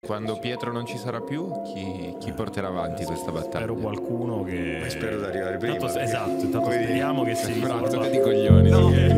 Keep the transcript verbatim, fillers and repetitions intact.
Quando Pietro non ci sarà più, chi, chi porterà avanti questa battaglia? Spero qualcuno che... Spero di arrivare prima. Tanto, esatto, intanto Poi... speriamo che si Una risolva. battuta di coglioni. No, Michele.